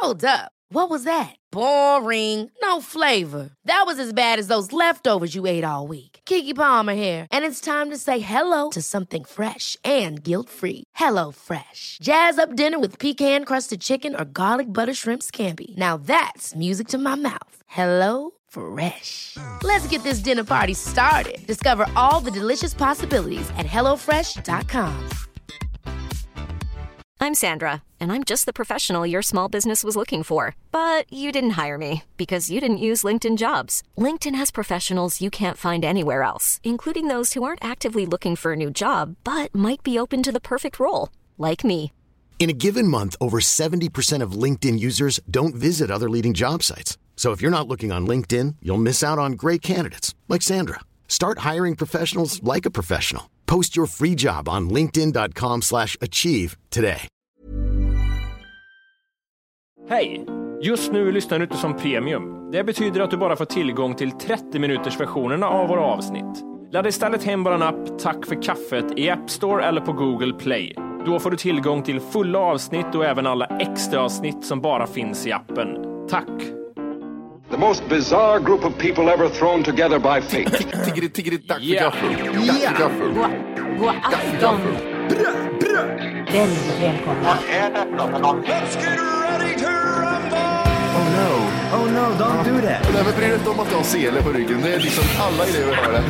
Hold up. What was that? Boring. No flavor. That was as bad as those leftovers you ate all week. Keke Palmer here. And it's time to say hello to something fresh and guilt-free. Hello Fresh. Jazz up dinner with pecan-crusted chicken or garlic butter shrimp scampi. Now that's music to my mouth. Hello Fresh. Let's get this dinner party started. Discover all the delicious possibilities at hellofresh.com. I'm Sandra, and I'm just the professional your small business was looking for. But you didn't hire me because you didn't use LinkedIn Jobs. LinkedIn has professionals you can't find anywhere else, including those who aren't actively looking for a new job, but might be open to the perfect role, like me. In a given month, over 70% of LinkedIn users don't visit other leading job sites. So if you're not looking on LinkedIn, you'll miss out on great candidates, like Sandra. Start hiring professionals like a professional. Post your free job on linkedin.com/achieve today. Hej! Just nu lyssnar du inte som premium. Det betyder att du bara får tillgång till 30 minuters versionerna av våra avsnitt. Ladda istället hem vår app Tack för kaffet i App Store eller på Google Play. Då får du tillgång till fulla avsnitt och även alla extra avsnitt som bara finns i appen. Tack! The most bizarre group of people ever thrown together by fate. Tiggeri, dack för gaffel. Dack för gaffel. God afton. Väldigt välkomna. Let's get ready to rumble! Oh no, don't do that. Nej, men bryr dig inte om att du har sele på ryggen. Det är liksom alla elever har det.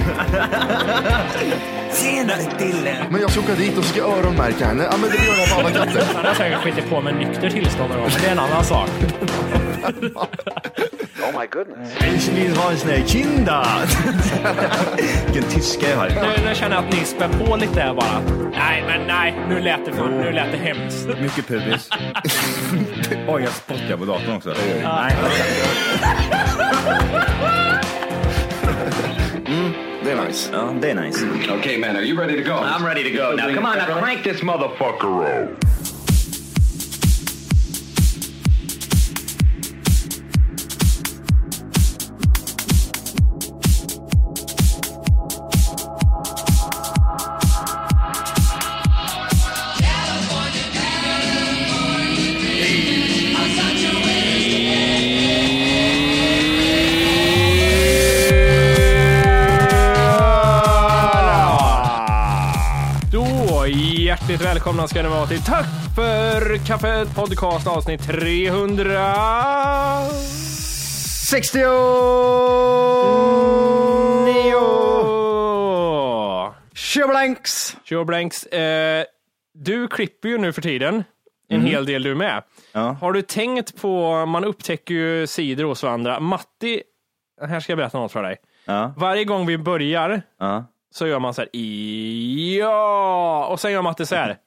Senare till. Men jag ska åka dit och ska öronmärka henne. Ja, men det gör jag på alla katter. Han har säkert skitit på med nykter tillstånd någon gång, men det är en annan sak. Oh my goodness. Ich vill ha en sån här kinda. Vilken tyska jag har. Nu känner jag att ni spär på lite där bara. Nej, nu lät det hemskt. Mycket pubis. Oj, jag spottar på datorn också. Nej. Det är nice. Ja, det är nice. Okay, man, are you ready to go? I'm ready to go. Now, come on, now crank this motherfucker up. Hjärtligt välkomna ska ni vara till Tack för kaffet podcast avsnitt 360 Showblanks. Du klipper ju nu för tiden en hel del du med. Ja. Har du tänkt på, man upptäcker ju sidor hos varandra. Matti, här ska jag berätta något för dig. Ja. Varje gång vi börjar så gör man så här ja, och sen gör Matti så här.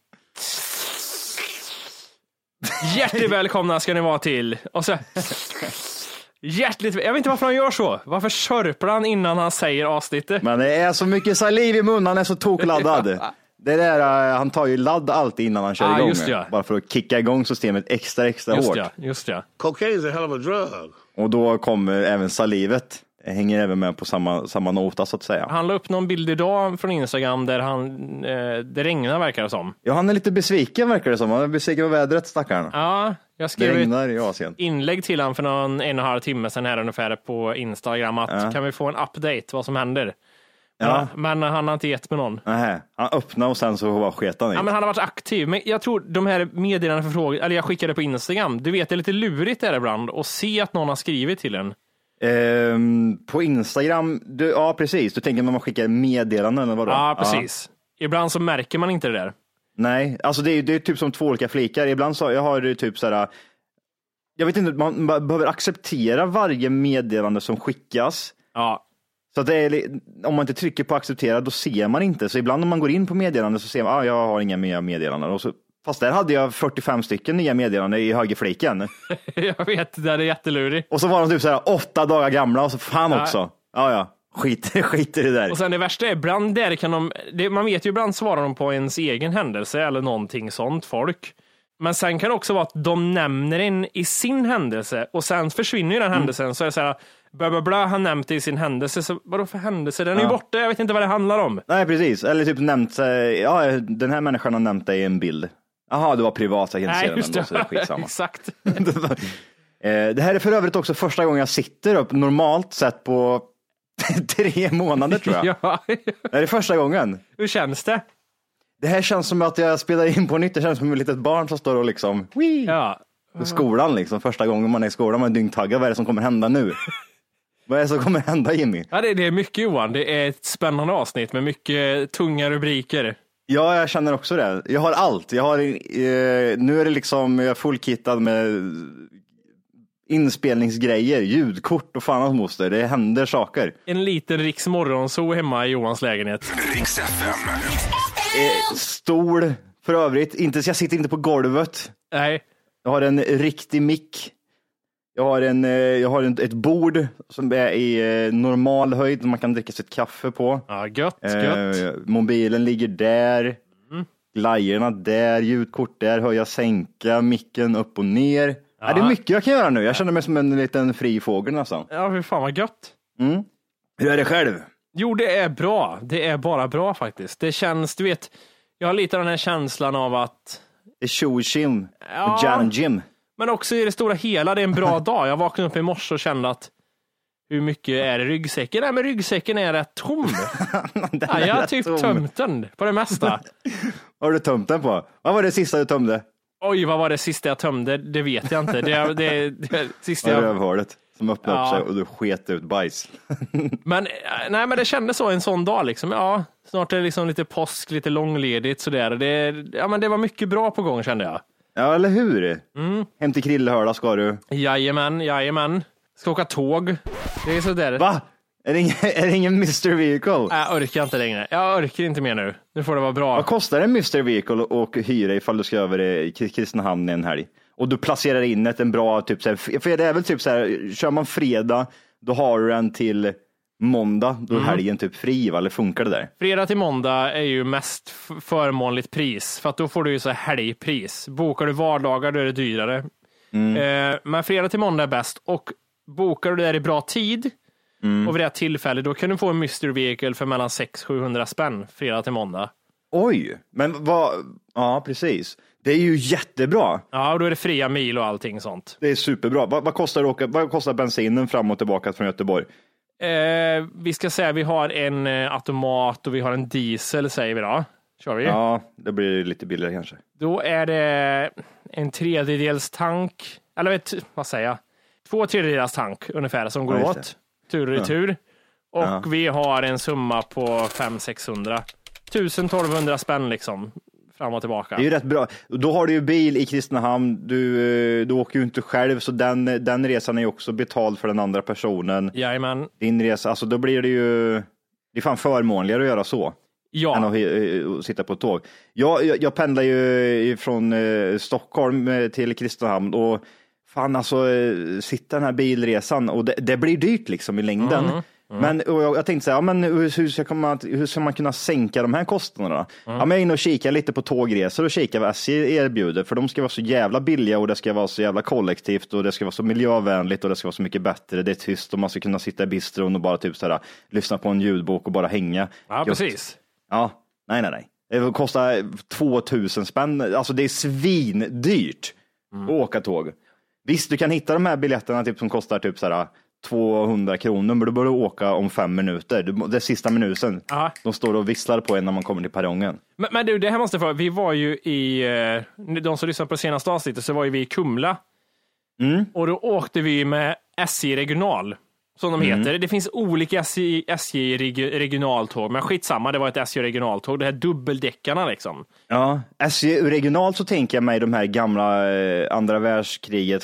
Hjärtligt välkomna ska ni vara till. Och så hjärtligt, jag vet inte varför han gör så. Varför sörplar han innan han säger avsnittet? Men det är så mycket saliv i munnen, han är så tokladdad. Det där, han tar ju ladd alltid innan han kör igång. Just det. Bara för att kicka igång systemet extra hårt. Just det. Cocaine is a hell of a drug. Och då kommer även salivet. Hänger även med på samma nota så att säga. Han la upp någon bild idag från Instagram där det regnar verkar det som. Ja, han är lite besviken verkar det som. Han är besviken på vädret, stackarn. Ja, jag skrev i Asien. Inlägg till han för 1,5 timme sedan här ungefär på Instagram att kan vi få en update vad som händer? Ja. Men han har inte gett med någon. Nej, han öppnade och sen så var sketan i. Ja, men han har varit aktiv. Men jag tror de här meddelandena för frågor, eller jag skickade på Instagram. Du vet, det är lite lurigt där ibland och se att någon har skrivit till en. På Instagram, ja precis. Du tänker när man skickar meddelanden eller vadå? Ja, precis. Ja. Ibland så märker man inte det där. Nej, alltså det är typ som 2 olika flikar. Ibland så jag har det typ så här. Jag vet inte, man behöver acceptera varje meddelande som skickas. Ja. Så att det är, om man inte trycker på acceptera då ser man inte. Så ibland om man går in på meddelande så ser man jag har inga nya meddelanden. Och så, fast där hade jag 45 stycken nya meddelanden i högerfliken. Jag vet, det är jättelurigt. Och så var de typ så här 8 dagar gamla och så fan också. Ja. Skit i det där. Och sen det värsta är, ibland där kan man vet ju ibland svarar de på ens egen händelse eller någonting sånt, folk. Men sen kan det också vara att de nämner en i sin händelse och sen försvinner ju den händelsen. Så är det så här, bla han nämnt det i sin händelse. Så vadå för händelse? Den är ju borta, jag vet inte vad det handlar om. Nej, precis. Eller typ nämnt, den här människan har nämnt det i en bild. Jaha, det var privat, jag kan inte se den ändå, så det är skitsamma. Exakt. Det här är för övrigt också första gången jag sitter upp normalt sett på 3 månader tror jag. Ja. Det här är första gången. Hur känns det? Det här känns som att jag spelar in på nytt. Det känns som ett litet barn som står och liksom Ja. i skolan liksom. Första gången man är i skolan, man är dyngtaggad. Vad är det som kommer hända nu? Vad är det som kommer hända, Jimmy? Ja, det är mycket, Johan. Det är ett spännande avsnitt med mycket tunga rubriker. Ja, jag känner också det. Jag har allt. Jag har, nu är det liksom, jag är fullkittad med inspelningsgrejer, ljudkort och fan moster. Det händer saker. En liten Riks Morgonzoo hemma i Johans lägenhet. Riks FM. Stol för övrigt. Jag sitter inte på golvet. Nej. Jag har en riktig mick. Jag har ett bord som är i normal höjd man kan dricka sitt kaffe på. Ja, gött. Mobilen ligger där. Glajjorna där, ljudkort där, höja, sänka, micken upp och ner. Ja, det är mycket jag kan göra nu. Jag känner mig som en liten fri fågel nästan. Ja, hur fan vad gött. Hur är det själv? Jo, det är bra. Det är bara bra faktiskt. Det känns, du vet, jag har lite den här känslan av att det är tjo-tjim och Jan-Jim. Men också i det stora hela, det är en bra dag. Jag vaknade upp i morse och kände att hur mycket är i ryggsäcken? Nej, men ryggsäcken är rätt tom. Ja, jag har typ tömt den på det mesta. Vad har du tömt den på? Vad var det sista du tömde? Oj, vad var det sista jag tömde? Det vet jag inte. Det sista jag... Rövhålet som öppnade upp sig och du sket ut bajs. Men det kändes så en sån dag liksom. Ja, snart är det liksom lite påsk, lite långledigt sådär. Det var mycket bra på gång kände jag. Ja, eller hur? Hem till Krillehörda ska du. Jajamän. Ska åka tåg. Det är sådär. Va? Är det ingen Mr. Vehicle? Jag orkar inte längre. Jag orkar inte mer nu. Nu får det vara bra. Vad kostar en Mr. Vehicle och hyra ifall du ska över i Kristinehamn en helg? Och du placerar in en bra typ så här, för det är väl typ så här, kör man fredag, då har du den till måndag, då är helgen typ fri, va? Eller funkar det där? Fredag till måndag är ju mest förmånligt pris, för att då får du ju så helgpris. Bokar du vardagar då är det dyrare. Men fredag till måndag är bäst, och bokar du det där i bra tid och vid det tillfälle, då kan du få en Mr. Vehicle för mellan 600-700 spänn fredag till måndag. Oj, men vad, ja precis. Det är ju jättebra. Ja, och då är det fria mil och allting sånt. Det är superbra. Vad kostar bensinen fram och tillbaka från Göteborg? Vi ska säga vi har en automat och vi har en diesel, säger vi då. Kör vi? Ja, det blir lite billigare kanske. Då är det en 3/3 tank, eller vad säger jag? 2/3 tank ungefär som går åt. Tur och retur. Och vi har en summa på 500-600. 1000-1200 spänn liksom. Fram och tillbaka. Det är ju rätt bra. Då har du ju bil i Kristinehamn. Du åker ju inte själv, så den resan är ju också betald för den andra personen. Jajamän. Din resa, alltså då blir det ju, det är fan förmånligare att göra så. Ja. Än att sitta på ett tåg. Jag pendlar ju från Stockholm till Kristinehamm, och fan alltså sitta den här bilresan, och det blir dyrt liksom i längden. Men jag tänkte så här, ja, men hur ska man kunna sänka de här kostnaderna? Ja, men jag är inne och kikar lite på tågresor och kikar vad SJ erbjuder, för de ska vara så jävla billiga och det ska vara så jävla kollektivt och det ska vara så miljövänligt och det ska vara så mycket bättre. Det är tyst och man ska kunna sitta i bistron och bara typ så här, lyssna på en ljudbok och bara hänga. Ja, precis. Ja, nej. Det kostar 2000 spänn. Alltså det är svindyrt att åka tåg. Visst, du kan hitta de här biljetterna typ som kostar typ så här 200 kronor, men du börjar åka om 5 minuter. Det sista minuten. De står och visslar på en när man kommer till perrongen. Men du, det här måste jag, vi var ju i, de som lyssnade på senaste avsnittet, så var ju vi i Kumla. Och då åkte vi med SJ regional, som de heter. Det finns olika SJ regionaltåg, men skitsamma, det var ett SJ regionaltåg. Det här dubbeldäckarna liksom. Ja, SJ regionalt, så tänker jag mig de här gamla andra världskriget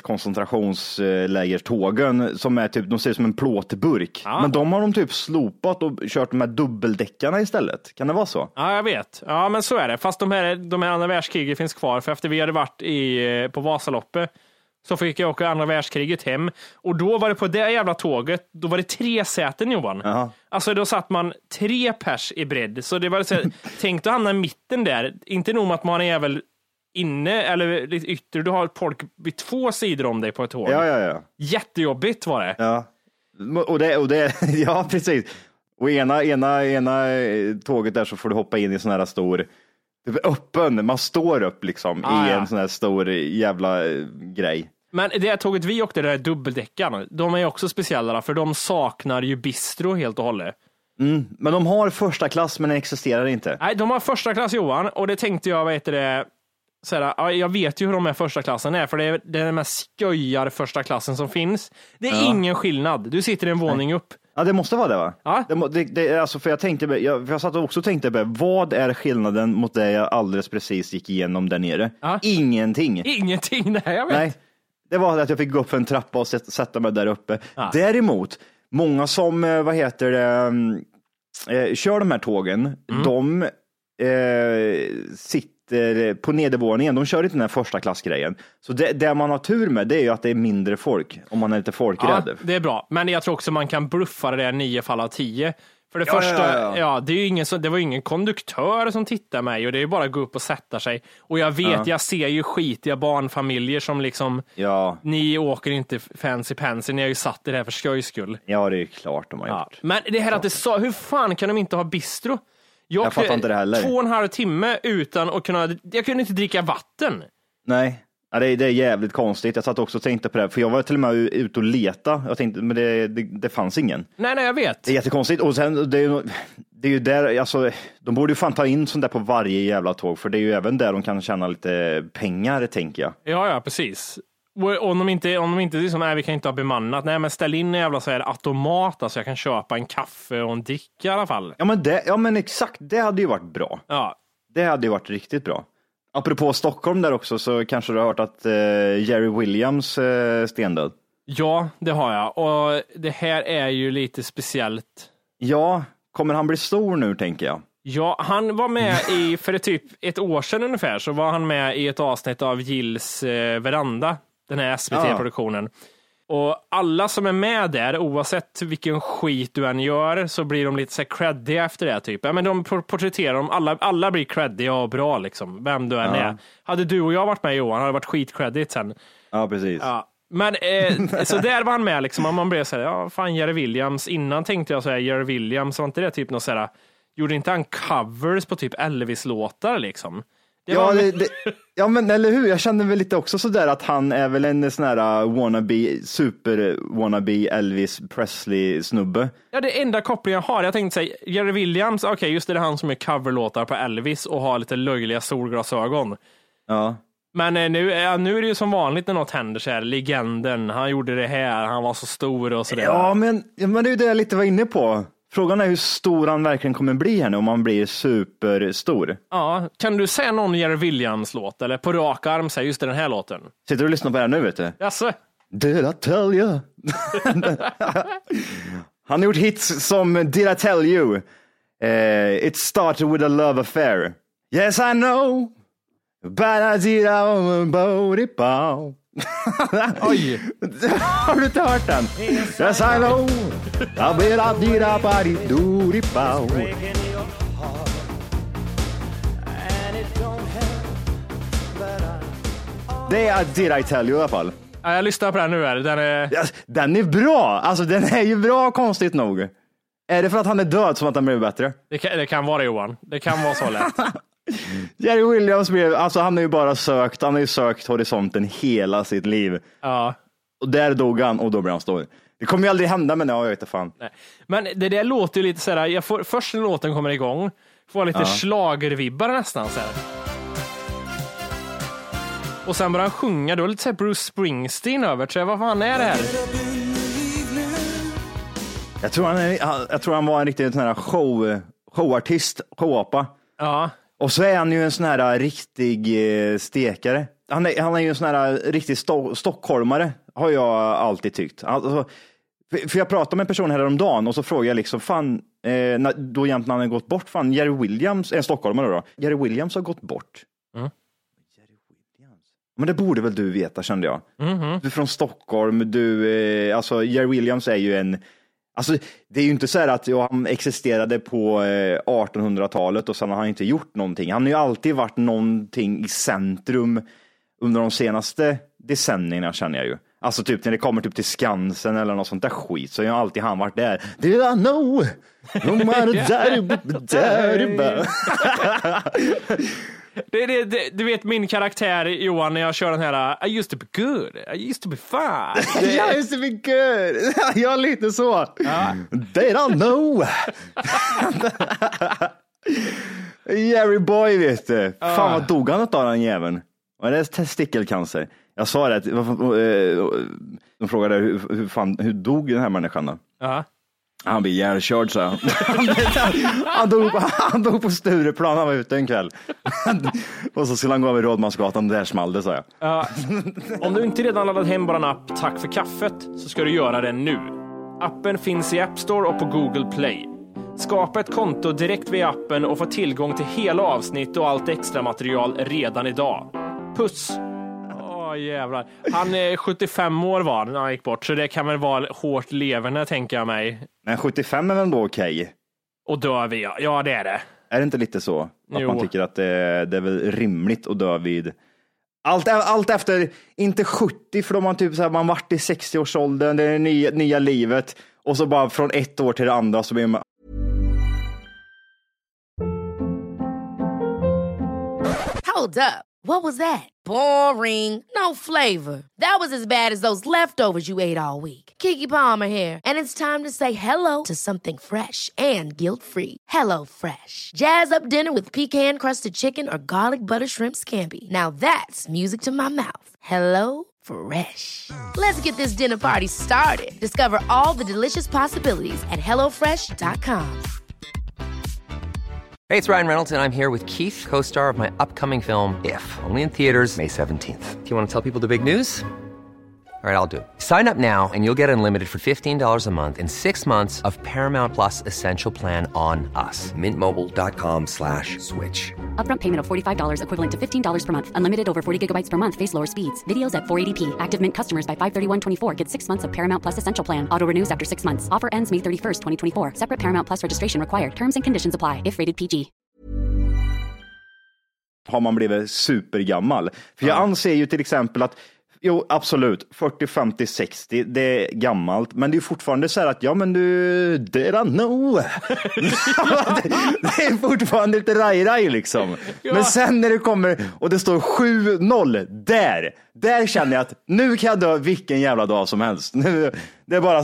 koncentrationslägertågen som är typ, de ser ut som en plåtburk. Ja. Men de har de typ slopat och kört de här dubbeldäckarna istället. Kan det vara så? Ja, jag vet. Ja, men så är det. Fast de här andra världskriget finns kvar, för efter vi hade varit på Vasaloppet så fick jag åka andra världskriget hem. Och då var det på det jävla tåget, då var det 3 säten, Johan. Aha. Alltså då satt man 3 pers i bredd. Så det var så här, tänk att hamna i mitten där. Inte nog med att man är väl inne eller lite yttre. Du har folk vid 2 sidor om dig på ett tåg. Ja. Jättejobbigt var det. Ja. Och det ja, precis. Och ena tåget där så får du hoppa in i sån här stor Det är öppen, man står upp liksom i en sån här stor jävla grej. Men det tåget vi åkte, det där dubbeldäckarna, de är också speciella för de saknar ju bistro helt och hållet. Men de har första klass, men den existerar inte. Nej, de har första klass, Johan, och det tänkte jag, jag vet ju hur de här första klassen är, för det är den här skojar första klassen som finns. Det är ingen skillnad. Du sitter i en våning upp. Ja, det måste vara det, va? Ja. Alltså, för jag satt också och tänkte på vad är skillnaden mot det jag alldeles precis gick igenom där nere? Ja. Ingenting, nej, jag vet. Nej, det var att jag fick gå upp för en trappa och sätta mig där uppe. Ja. Däremot, många som, kör de här tågen, de sitter på nedervåningen, de kör inte den här första klassgrejen. Så det man har tur med, det är ju att det är mindre folk, om man är lite folkrädd. Ja, det är bra, men jag tror också man kan bluffa det där 9 fall av 10. För det första, det är ju det var ingen konduktör som tittar mig, och det är ju bara att gå upp och sätta sig. Och jag vet, jag ser ju skitiga barnfamiljer som liksom, ni åker inte fancy pansy, ni har ju satt det här för skojs skull. Ja, det är klart de har gjort. Men det här att hur fan kan de inte ha bistro? Jag fattar inte det heller. 2,5 timme utan att jag kunde inte dricka vatten. Nej. Ja, det är jävligt konstigt. Jag satt också och tänkte på det, för jag var till och med ute och leta. Jag tänkte, men det fanns ingen. Nej, jag vet. Det är jättekonstigt. Och sen, det är ju där, alltså, de borde ju fan ta in sånt där på varje jävla tåg, för det är ju även där de kan tjäna lite pengar, tänker jag. Ja, precis. Och om de inte liksom, vi kan inte ha bemannat, nej, men ställ in en jävla så här automat, så jag kan köpa en kaffe och en dricka i alla fall. Ja, men exakt, det hade ju varit bra. Ja. Det hade ju varit riktigt bra. Apropå Stockholm där också, så kanske du har hört att Jerry Williams stendöd. Ja, det har jag. Och det här är ju lite speciellt. Ja, kommer han bli stor nu, tänker jag? Ja, han var med för typ ett år sedan ungefär, så var han med i ett avsnitt av Gills veranda, den här SVT-produktionen. Och alla som är med där, oavsett vilken skit du än gör, så blir de lite så här creddiga efter det typ. Ja, men de porträtterar dem, alla blir creddiga och bra liksom, vem du än är. Hade du och jag varit med, Johan, hade det varit skitcreddigt sen. Ja, precis. Ja. Men så där var han med liksom, man blev så här, fan, Jerry Williams. Innan tänkte jag så här, Jerry Williams, var inte det typ något så här, gjorde inte han covers på typ Elvis-låtar liksom? Ja, men eller hur? Jag kände väl lite också sådär att han är väl en sån här super wannabe Elvis Presley snubbe. Ja, det enda kopplingen jag har. Jag tänkte säga, Jerry Williams, okej, just det är han som är coverlåtar på Elvis och har lite löjliga solglasögon. Ja. Men nu är det ju som vanligt när något händer så här, legenden, han gjorde det här, han var så stor och sådär. Ja, men det är ju det jag lite var inne på. Frågan är hur stor han verkligen kommer bli här nu, om han blir superstor. Ja, kan du säga någon Jerry Williams-låt, eller på rak arm säga just den här låten? Sitter du och lyssnar på det här nu, vet du? Jaså? Did I tell you? Han har gjort hits som Did I tell you? It started with a love affair. Yes, I know. But I did Oj. Har du inte hört den? Yes, I know. Det är Did I tell you i alla fall. Ja, jag lyssnar på den nu här. Den är bra. Alltså den är ju bra, konstigt nog. Är det för att han är död som att han blir bättre? Det kan vara, Johan. Det kan vara så lätt. Jerry Williams han har ju bara sökt horisonten hela sitt liv. Ja. Och där dog han, och då blev han stor. Det kommer ju aldrig hända, men jag vet inte fan. Nej. Men det där låter ju lite så här, först när låten kommer igång får lite schlagervibbar nästan så här. Och sen börjar han sjunga, då lite så här Bruce Springsteen över, så vad fan är det här? Jag tror han var en riktig sån här showartist, showapa. Ja. Och så är han ju en sån här riktig stekare. Han är ju en sån här riktig stockholmare, har jag alltid tyckt. Alltså, för jag pratade med en person här om dagen och så frågade jag liksom, fan, då egentligen han har gått bort, fan, Jerry Williams, en stockholmare då. Jerry Williams har gått bort. Mm. Jerry Williams. Men det borde väl du veta, kände jag. Mm-hmm. Du är från Stockholm, alltså Jerry Williams är ju en... Alltså, det är ju inte så här att han existerade på 1800-talet och sen har han inte gjort någonting. Han har ju alltid varit någonting i centrum under de senaste decennierna, känner jag ju. Alltså typ när det kommer typ till Skansen eller något sånt där skit, så har jag alltid han varit där. Do I know? Du vet min karaktär Johan, när jag kör den här I used to be good, I used to be fine. I used to be good. Jag är lite så. Ja. They don't know. Jerry Boy, vet du. Fan vad dog han av den jäveln. Var det testikelcancer? Jag sa det, de frågade hur dog den här människan då? Han blev ihjälkörd, så han dog på Stureplan, han var ute en kväll. Och så skulle han gå över Rådmansgatan, där small det, sa jag. Om du inte redan laddat hem bara en app Tack för kaffet, så ska du göra det nu. Appen finns i App Store och på Google Play. Skapa ett konto direkt via appen och få tillgång till hela avsnitt och allt extra material redan idag. Puss! Jävlar. Han är 75 år var när han gick bort, så det kan väl vara hårt levande, tänker jag mig. Men 75 är väl då okej? Och dör vi, ja det är det. Är det inte lite så? Att man tycker att det är väl rimligt att dö vid allt efter, inte 70, för då man typ så här, man varit i 60-årsåldern, det är det nya livet, och så bara från ett år till det andra så blir man... Hold up. What was that? Boring. No flavor. That was as bad as those leftovers you ate all week. Keke Palmer here, and it's time to say hello to something fresh and guilt-free. Hello Fresh. Jazz up dinner with pecan-crusted chicken or garlic butter shrimp scampi. Now that's music to my mouth. Hello Fresh. Let's get this dinner party started. Discover all the delicious possibilities at hellofresh.com. Hey, it's Ryan Reynolds, and I'm here with Keith, co-star of my upcoming film, If, only in theaters May 17th. Do you want to tell people the big news? All right, I'll do it. Sign up now and you'll get unlimited for $15 a month and 6 months of Paramount Plus Essential Plan on us. MintMobile.com/switch. Upfront payment of $45 equivalent to $15 per month. Unlimited over 40 gigabytes per month. Face lower speeds. Videos at 480p. Active Mint customers by 531.24 get 6 months of Paramount Plus Essential Plan. Auto renews after 6 months. Offer ends May 31st, 2024. Separate Paramount Plus registration required. Terms and conditions apply if rated PG. Har man blivit supergammal? För jag anser ju till exempel att jo, absolut, 40, 50, 60, det är gammalt, men det är fortfarande så här att, ja men du, det är no. Det är fortfarande lite raj liksom. Ja. Men sen när det kommer och det står 7-0, där känner jag att nu kan jag dö vilken jävla dag som helst. Nu, det är bara,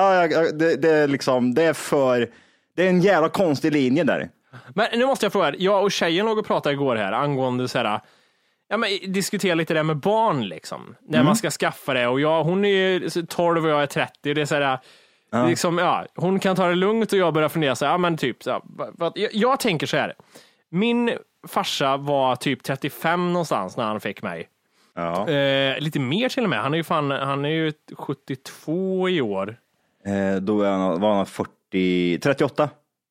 det är liksom, det är en jävla konstig linje där. Men nu måste jag fråga, jag och tjejen låg och pratade igår här angående så här, ja, men diskutera lite det med barn liksom. När man ska skaffa det. Och hon är 12 och jag är 30. Det är så här, liksom, ja, hon kan ta det lugnt och jag börjar fundera så här, ja men typ så här, jag tänker så här. Min farsa var typ 35 någonstans när han fick mig. Ja. Lite mer till och med. Han är ju 72 i år. Då var han 38.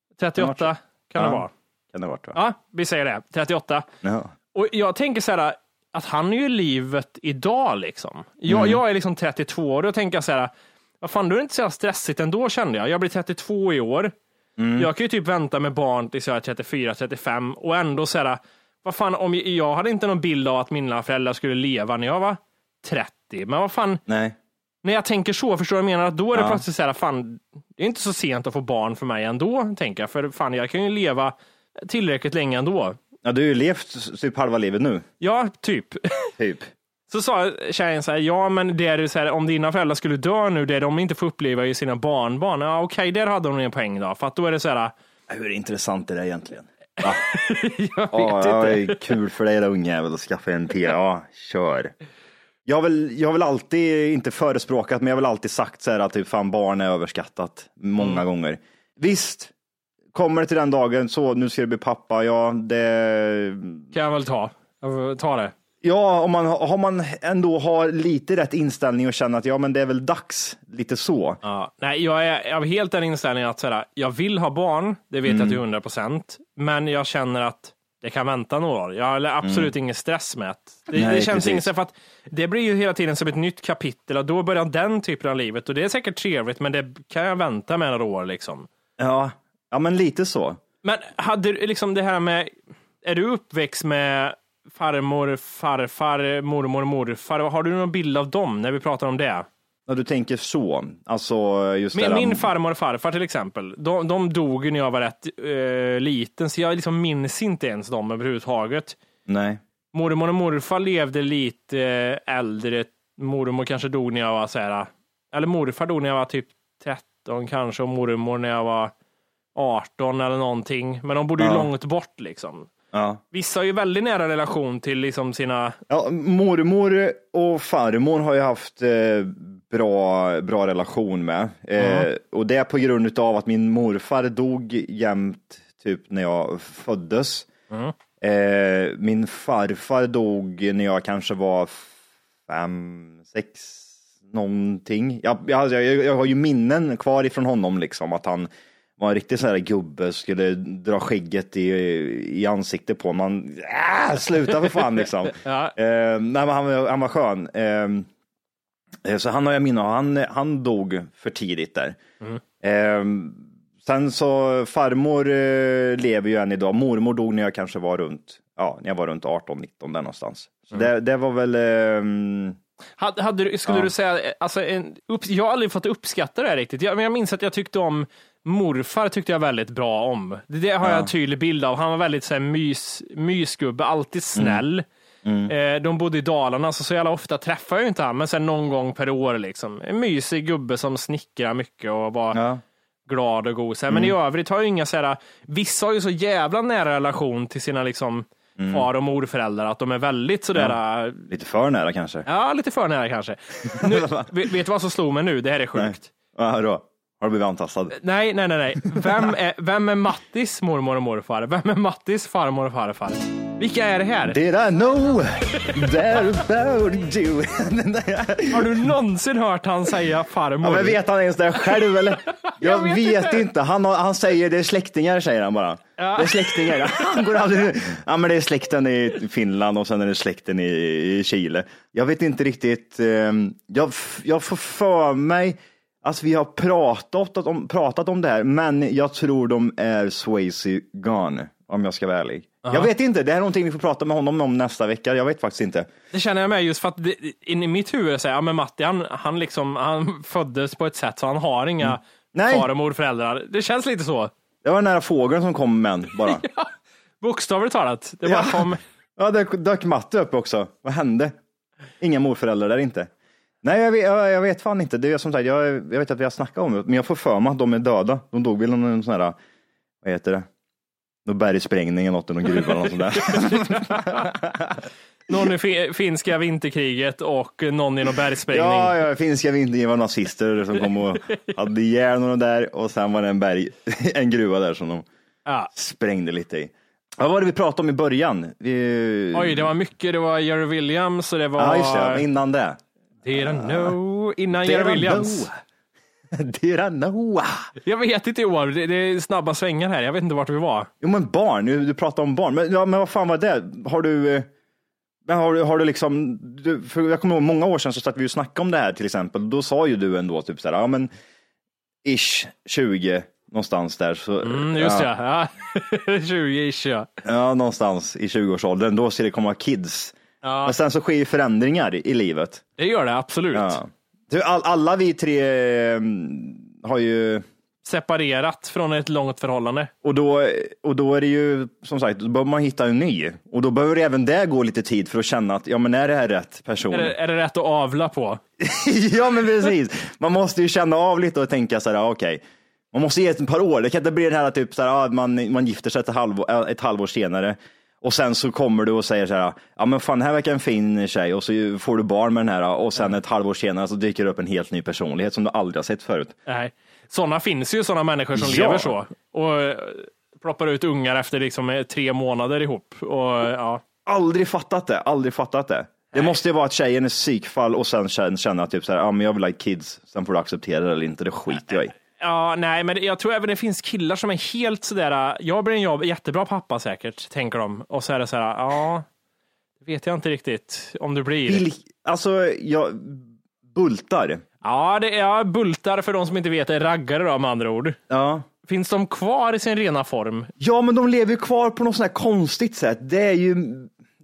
38 kan det vara. Kan det vara, tror jag. Ja, vi säger det. 38. Ja. Och jag tänker så här att han är ju livet idag liksom. Jag är liksom 32 år och då tänker jag så här, vad fan, då är det inte så stressigt ändå, kände jag. Jag blir 32 i år. Jag kan ju typ vänta med barn tills jag är 34-35 och ändå så här, vad fan, om jag hade inte någon bild av att mina föräldrar skulle leva när jag var 30. Men vad fan, nej. När jag tänker så, förstår jag menar, att då är det plötsligt så här, fan, det är inte så sent att få barn för mig ändå, tänker jag. För fan, jag kan ju leva tillräckligt länge ändå. Ja, du har ju levt typ halva livet nu. Ja, typ. Så sa tjejen så här, ja men det är så här, om dina föräldrar skulle dö nu, det de inte får uppleva i sina barnbarn. Ja okej, där hade de en poäng då. För att då är det så här. Hur intressant är det egentligen? Jag vet inte. Det är kul för dig då, ungjävel, att skaffa en till. Ja, kör. Jag har väl alltid, inte förespråkat, men jag har väl alltid sagt så här att typ, fan, barn är överskattat många gånger. Visst, kommer det till den dagen så nu ska det bli pappa, ja det kan jag väl ta det. Ja, om man ändå har lite rätt inställning och känner att ja men det är väl dags, lite så. Ja, nej, jag är helt den inställningen att sådär, jag vill ha barn, det vet jag till 100%, men jag känner att det kan vänta några år. Jag har absolut ingen stress med det känns inget, för att det blir ju hela tiden som ett nytt kapitel och då börjar den typen av livet och det är säkert trevligt, men det kan jag vänta med några år liksom. Ja men lite så. Men hade du liksom det här med, är du uppväxt med farmor, farfar, mormor, morfar. Har du någon bild av dem när vi pratar om det? Ja, du tänker så. Alltså, just min farmor och farfar till exempel, de dog när jag var rätt liten, så jag liksom minns inte ens dem överhuvudtaget. Nej. Mormor och morfar levde lite äldre. Mormor kanske dog när jag var så här, eller morfar dog när jag var typ 13 kanske, och mormor när jag var 18 eller någonting. Men de bodde ju långt bort liksom. Ja. Vissa har ju väldigt nära relation till liksom sina... Ja, mormor och farmor har ju haft bra relation med. Och det är på grund av att min morfar dog jämt typ när jag föddes. Min farfar dog när jag kanske var 5, 6 någonting. Jag har ju minnen kvar ifrån honom liksom, att han var en riktigt sån här gubbe, skulle dra skägget i ansiktet på man. Sluta för fan liksom. Nej, men han var skön. Så han har jag minne, han dog för tidigt där. Sen så farmor lever ju än idag. Mormor dog när jag kanske var runt 18-19 där någonstans. Så det var väl... Skulle du säga, alltså jag har aldrig fått uppskatta det här riktigt. Jag minns att jag tyckte om morfar, tyckte jag väldigt bra om. Det har jag en tydlig bild av. Han var väldigt så här, mysgubbe, alltid snäll. De bodde i Dalarna, så jävla ofta träffar jag ju inte han, men sen någon gång per år liksom. En mysig gubbe som snickrar mycket och var glad och god. Men i övrigt har jag inga så här, vissa har ju så jävla nära relation till sina liksom far- och morföräldrar att de är väldigt sådär... Lite för nära kanske. Ja, lite för nära kanske. Nu, vet du vad som slog mig nu? Det här är sjukt. Ja, då. Har du blivit antastad? Nej. Vem är Mattis mormor och morfar? Vem är Mattis farmor och farfar? Vilka är det här? Did I know that about you? Har du någonsin hört han säga farmor? Ja, men vet han ens det själv eller? Jag vet inte. Han säger det är släktingar, säger han bara. Ja. Det är släktingar. Han går aldrig... Ja, men det är släkten i Finland och sen är det släkten i Chile. Jag vet inte riktigt. Jag får för mig att vi har pratat om det här, men jag tror de är Swayze gone, om jag ska vara ärlig. Jag vet inte, det är någonting vi får prata med honom om nästa vecka. Jag vet faktiskt inte. Det känner jag med, just för att in i mitt huvud säger men Matti, han föddes på ett sätt så han har inga far- och morföräldrar. Det känns lite så. Det var den här fågeln som kom med en bara. Ja, bokstavligt talat. Det bara kom. Ja, det dök Matti upp också. Vad hände? Inga morföräldrar där inte. Nej, jag vet fan inte. Det är som sagt, jag vet att vi har snackat om det, men jag får för mig att de är döda. De dog väl någon sån här, vad heter det? Någon bergsprängning eller något, någon gruva eller något sånt där. Någon i finska vinterkriget och någon i någon bergsprängning. Ja, finska vinterkriget var nazister som kom och hade ihjäl någon där, och sen var det en gruva där som de sprängde lite i. Vad var det vi pratade om i början? Oj, det var mycket. Det var Jerry Williams och det var... Ja, just det. Innan det. Did I know? Innan Jerry Williams. Did I know? Jag vet inte, Johan. Det är snabba svängar här. Jag vet inte vart vi var. Jo, men barn. Du pratar om barn. Men vad fan var det? Har du liksom... För jag kommer ihåg, många år sedan så satt vi och snackade om det här till exempel. Då sa ju du ändå typ såhär, ja men... Ish, 20... Någonstans där. Så, just ja. 20-ish, ja. Ja, någonstans i 20-årsåldern. Då ser det komma kids. Ja. Men sen så sker ju förändringar i livet. Det gör det, absolut. Ja. Alla vi tre har ju... separerat från ett långt förhållande. Och då är det ju, som sagt, då behöver man hitta en ny. Och då behöver även det gå lite tid för att känna att, ja men är det här rätt person? Är det rätt att avla på? Ja, men precis. Man måste ju känna av lite och tänka så här, okej. Man måste ge ett par år. Det kan inte bli det här typ så här, man gifter sig ett halvår senare. Och sen så kommer du och säger så här, ja men fan, här verkar en fin tjej. Och så får du barn med den här. Och sen ett halvår senare så dyker det upp en helt ny personlighet som du aldrig har sett förut. Nej, sådana finns ju, sådana människor som lever så. Och ploppar ut ungar efter liksom 3 månader ihop. Och, ja. Aldrig fattat det. Det måste ju vara att tjejen är psykfall och sen känna typ så här, ja men jag vill ha kids. Sen får du acceptera det eller inte, det skiter jag i. Ja, nej, men jag tror även det finns killar som är helt sådär, jag blir en jättebra pappa säkert, tänker de. Och så är det såhär, ja, det vet jag inte riktigt om du blir. Alltså, jag bultar. Ja, det är bultar för de som inte vet, är raggare då med andra ord. Ja. Finns de kvar i sin rena form? Ja, men de lever ju kvar på något sånt här konstigt sätt. Det är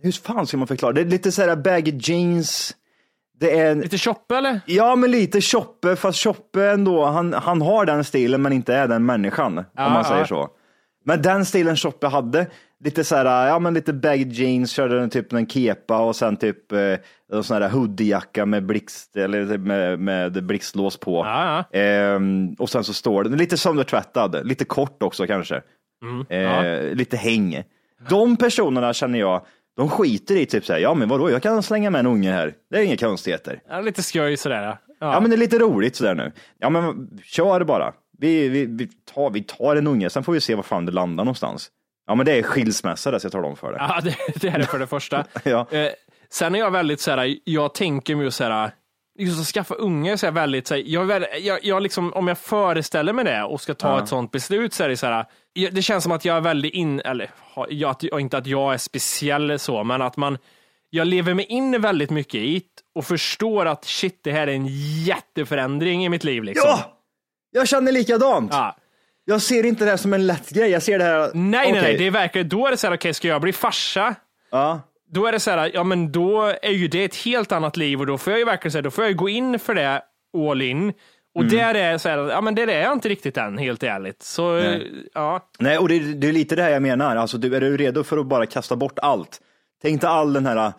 hur fan ska man förklara? Det är lite så här baggy jeans. Det är lite choppe eller? Ja, men lite choppe, fast choppe ändå, han har den stilen men inte är den människan, om man säger så. Men den stilen choppe hade, lite så här, ja men lite baggy jeans, körde den typ en kepa och sen typ en sån här hoodiejacka med blixt, eller med blixtlås på. Och sen så står det lite söndertvättad, lite kort också kanske. Lite häng. De personerna känner jag, de skiter i typ så här, ja men vadå, jag kan slänga med en unge här. Det är inga konstigheter. Ja, lite skoj sådär. Ja, men det är lite roligt sådär nu. Ja, men kör bara. Vi tar en unge, sen får vi se var fan det landar någonstans. Ja, men det är skilsmässa där, så jag tar dem för det. Ja, det är det för det första. Ja. Sen är jag väldigt såhär, jag tänker mig såhär, just att skaffa unge så är väldigt såhär, jag liksom, om jag föreställer mig det och ska ta ett sånt beslut så är det såhär, det känns som att jag är väldigt inte att jag är speciell så, men att jag lever mig in väldigt mycket i det och förstår att shit, det här är en jätteförändring i mitt liv liksom. Ja, jag känner likadant. Ja. Jag ser inte det här som en lätt grej, jag ser det här. Nej, det är verkligen, då är det såhär, okej, ska jag bli farsa? Ja. Då är det så här, ja men då är ju det ett helt annat liv och då får jag ju verkligen säga, då får jag gå in för det all in. Och där är så här, ja men det är jag inte riktigt än, helt ärligt. Så ja. Nej, och det är lite det här jag menar. Alltså är du redo för att bara kasta bort allt? Tänk inte all den här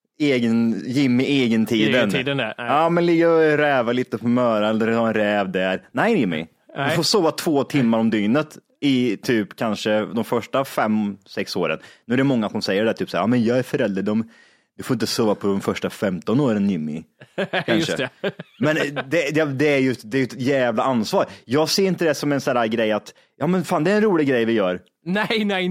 Jimmy-egentiden. Ja, men ligga och räva lite på möran eller ha en räv där. Nej, Jimmy. Du får sova 2 timmar om dygnet i typ kanske de första 5-6 åren. Nu är det många som säger det typ så här, ja men jag är förälder, du får inte sova på de första 15 åren, Jimmy. Just det. Men det är ju ett jävla ansvar. Jag ser inte det som en sån här grej att, ja men fan, det är en rolig grej vi gör. Nej. Nej,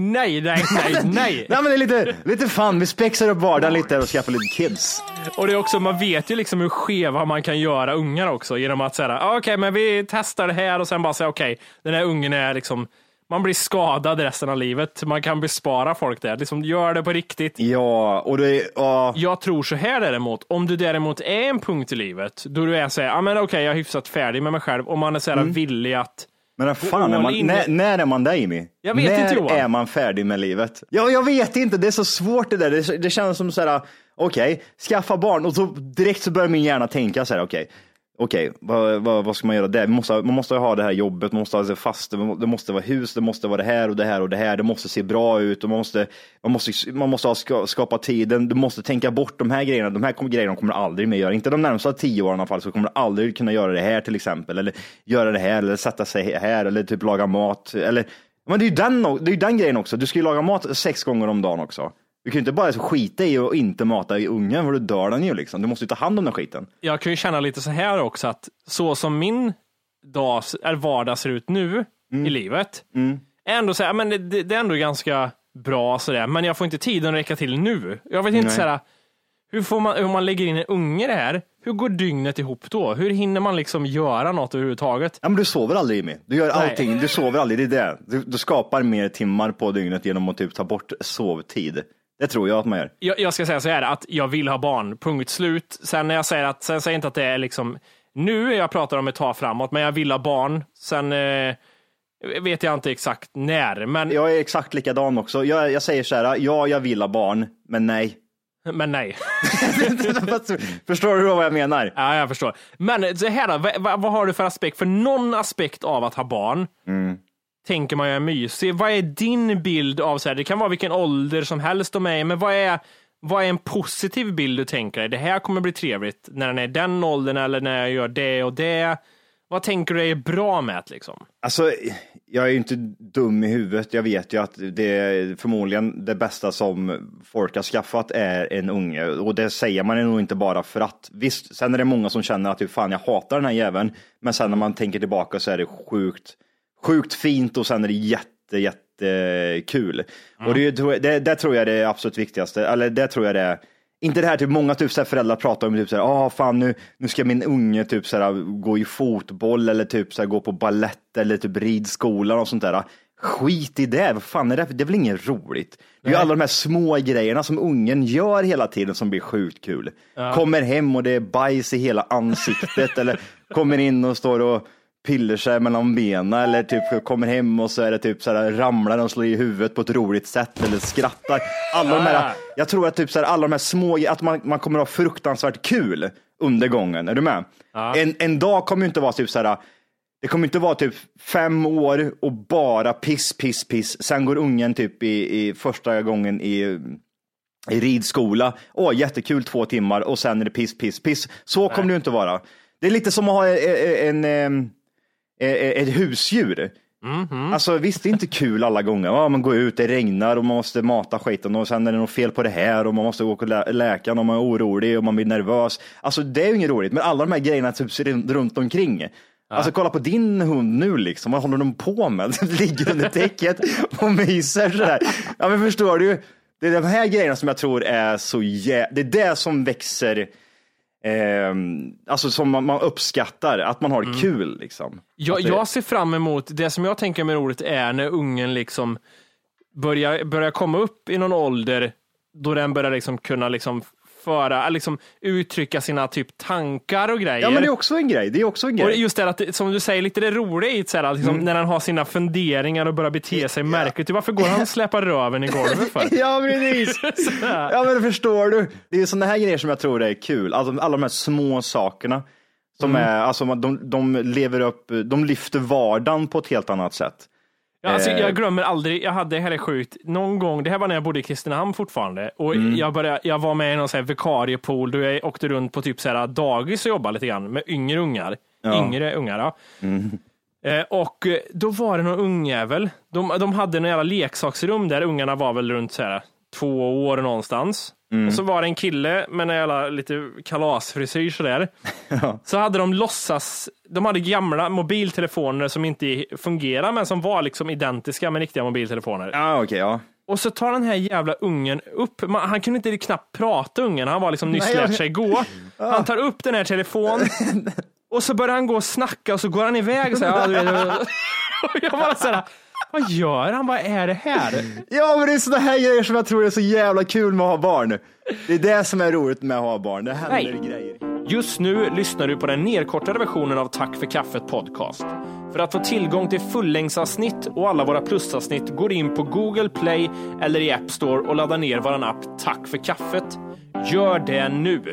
men det är lite fan, vi spexar upp vardagen lite och skaffar lite kids. Och det är också, man vet ju liksom hur skeva man kan göra ungar också, genom att säga, okej, men vi testar det här och sen bara säga, okej, den här ungen är liksom, man blir skadad resten av livet. Man kan bespara folk det. Liksom, gör det på riktigt. Ja, och jag tror så här däremot. Om du däremot är en punkt i livet, då du är så här, ja men okej, jag är hyfsat färdig med mig själv. Om man är så här villig att... Men fan, när är man där, Jimmy? Jag vet inte, Johan. När är man färdig med livet? Ja, jag vet inte, det är så svårt det där. Det känns som så här, okej, skaffa barn. Och så direkt så börjar min hjärna tänka så här, okej, vad ska man göra där? Man måste ha det här jobbet, man måste ha det fast, det måste vara hus, det måste vara det här och det här och det här, det måste se bra ut och man måste skapa tiden, du måste tänka bort de här grejerna kommer aldrig mer göra, inte de närmsta 10 åren i alla fall, så kommer du aldrig kunna göra det här till exempel, eller göra det här, eller sätta sig här, eller typ laga mat, eller, men det är ju den grejen också, du ska ju laga mat 6 gånger om dagen också. Du kan ju inte bara skita i och inte mata i ungen, för du dör den ju liksom. Du måste ju ta hand om den skiten. Jag kan ju känna lite så här också, att så som min vardag ser ut nu i livet, är ändå så här, men det är ändå ganska bra sådär, men jag får inte tiden att räcka till nu. Jag vet inte så här, hur man lägger in en unge i det här, hur går dygnet ihop då? Hur hinner man liksom göra något överhuvudtaget? Ja, men du sover aldrig, Jimmy. Du gör allting, du sover aldrig, det är det. Du skapar mer timmar på dygnet genom att typ ta bort sovtid. Det tror jag att man gör. Jag ska säga så här, att jag vill ha barn, punkt slut. Sen när jag säger sen säger jag inte att det är liksom nu jag pratar om ett tag framåt, men jag vill ha barn. Sen vet jag inte exakt när. Men... Jag är exakt likadan också. Jag säger så här, ja, jag vill ha barn, men nej. Men nej. Förstår du vad jag menar? Ja, jag förstår. Men så här, vad har du för aspekt? För någon aspekt av att ha barn tänker man ju är mysig. Vad är din bild av så här? Det kan vara vilken ålder som helst om mig, men vad är en positiv bild du tänker dig? Det här kommer bli trevligt när den är den åldern, eller när jag gör det och det. Vad tänker du är bra med det, liksom? Alltså, jag är ju inte dum i huvudet. Jag vet ju att det är förmodligen det bästa som folk har skaffat är en unge. Och det säger man nog inte bara för att. Visst, sen är det många som känner att fan, jag hatar den här jäveln. Men sen när man tänker tillbaka så är det sjukt fint, och sen är det jättekul. Och det tror jag är det absolut viktigaste. Eller det tror jag det är. Inte det här typ många typ så här föräldrar pratar om typ så här, fan nu ska min unge typ så här gå i fotboll, eller typ så här gå på ballett, eller typ ridskolan och sånt där. Skit i det. Vad fan är det? Det är väl inget roligt. Det är ju alla de här små grejerna som ungen gör hela tiden som blir sjukt kul. Ja. Kommer hem och det är bajs i hela ansiktet eller kommer in och står och pillar sig mellan benen eller typ kommer hem och så är det typ så här, ramlar och slår i huvudet på ett roligt sätt eller skrattar. Alla de här, jag tror att typ så här, alla de här små, att man kommer att ha fruktansvärt kul under gången. Är du med? En dag kommer ju inte vara typ så här, det kommer inte vara typ 5 år och bara piss. Sen går ungen typ i första gången i ridskola. Jättekul 2 timmar och sen är det piss. Så kommer det inte vara. Det är lite som att ha ett husdjur. Alltså visst, det är inte kul alla gånger. Man går ut, det regnar och man måste mata skiten och sen är det något fel på det här och man måste åka och läkaren och man är orolig och man blir nervös. Alltså det är ju inget roligt, men alla de här grejerna typ runt omkring. Alltså kolla på din hund nu liksom, vad håller de på med? Ligger under täcket och myser sådär. Ja men förstår du, det är de här grejerna som jag tror är så det är det som växer, alltså som man uppskattar, att man har det kul liksom. Jag ser fram emot, det som jag tänker med roligt är när ungen liksom börjar komma upp i någon ålder då den börjar liksom kunna liksom uttrycka sina typ tankar och grejer. Ja, men det är också en grej. Och just det att, som du säger, lite det roliga i så här, liksom, när han har sina funderingar och börjar bete sig märkligt. Varför går han och släpar röven i golvet för? Ja, precis. Ja, men förstår du. Det är sådana här grejer som jag tror är kul. Alltså, alla de här små sakerna som är, alltså de lyfter vardagen på ett helt annat sätt. Ja, alltså, jag glömmer aldrig, jag hade här sjukt någon gång, det här var när jag bodde i Kristinehamn fortfarande och jag var med i någon så här vikariepool då jag åkte runt på typ så här dagis och jobbade lite grann med yngre ungar. Och då var det någon ungjävel, de hade någon jävla leksaksrum där ungarna var väl runt så här 2 år någonstans. Och så var det en kille med en jävla lite kalasfrisyr sådär. Så hade de hade gamla mobiltelefoner som inte fungerar men som var liksom identiska med riktiga mobiltelefoner. Ja. Och så tar den här jävla ungen upp, han kunde inte knappt prata, ungen, han var liksom nyss lärt sig gå. Han tar upp den här telefonen och så börjar han gå och snacka och så går han iväg så här. Och jag bara såhär, vad gör han? Vad är det här? Ja, men det är sådana här grejer som jag tror är så jävla kul med att ha barn. Det är det som är roligt med att ha barn. Det händer grejer. Just nu lyssnar du på den nedkortade versionen av Tack för kaffet podcast. För att få tillgång till fullängdsavsnitt och alla våra plusavsnitt går in på Google Play eller i App Store och laddar ner våran app Tack för kaffet. Gör det nu!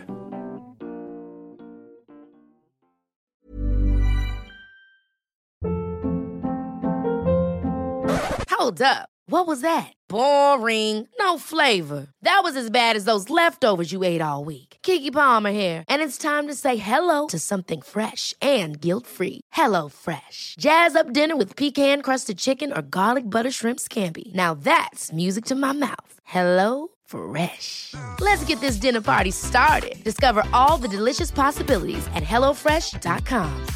Hold up. What was that? Boring. No flavor. That was as bad as those leftovers you ate all week. Keke Palmer here, and it's time to say hello to something fresh and guilt-free. Hello Fresh. Jazz up dinner with pecan-crusted chicken or garlic butter shrimp scampi. Now that's music to my mouth. Hello Fresh. Let's get this dinner party started. Discover all the delicious possibilities at hellofresh.com.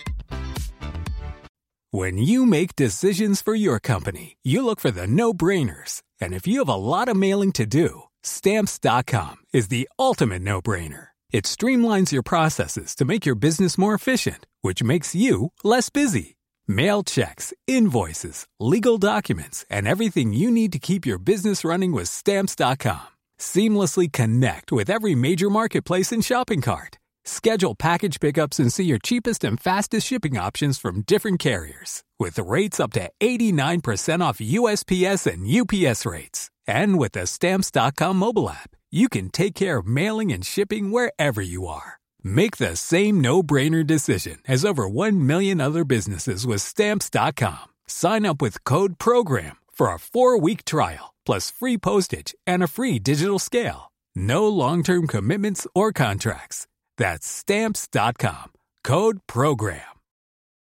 When you make decisions for your company, you look for the no-brainers. And if you have a lot of mailing to do, Stamps.com is the ultimate no-brainer. It streamlines your processes to make your business more efficient, which makes you less busy. Mail checks, invoices, legal documents, and everything you need to keep your business running with Stamps.com. Seamlessly connect with every major marketplace and shopping cart. Schedule package pickups and see your cheapest and fastest shipping options from different carriers. With rates up to 89% off USPS and UPS rates. And with the Stamps.com mobile app, you can take care of mailing and shipping wherever you are. Make the same no-brainer decision as over 1 million other businesses with Stamps.com. Sign up with code PROGRAM for a 4-week trial, plus free postage and a free digital scale. No long-term commitments or contracts. That's Stamps.com. Code PROGRAM.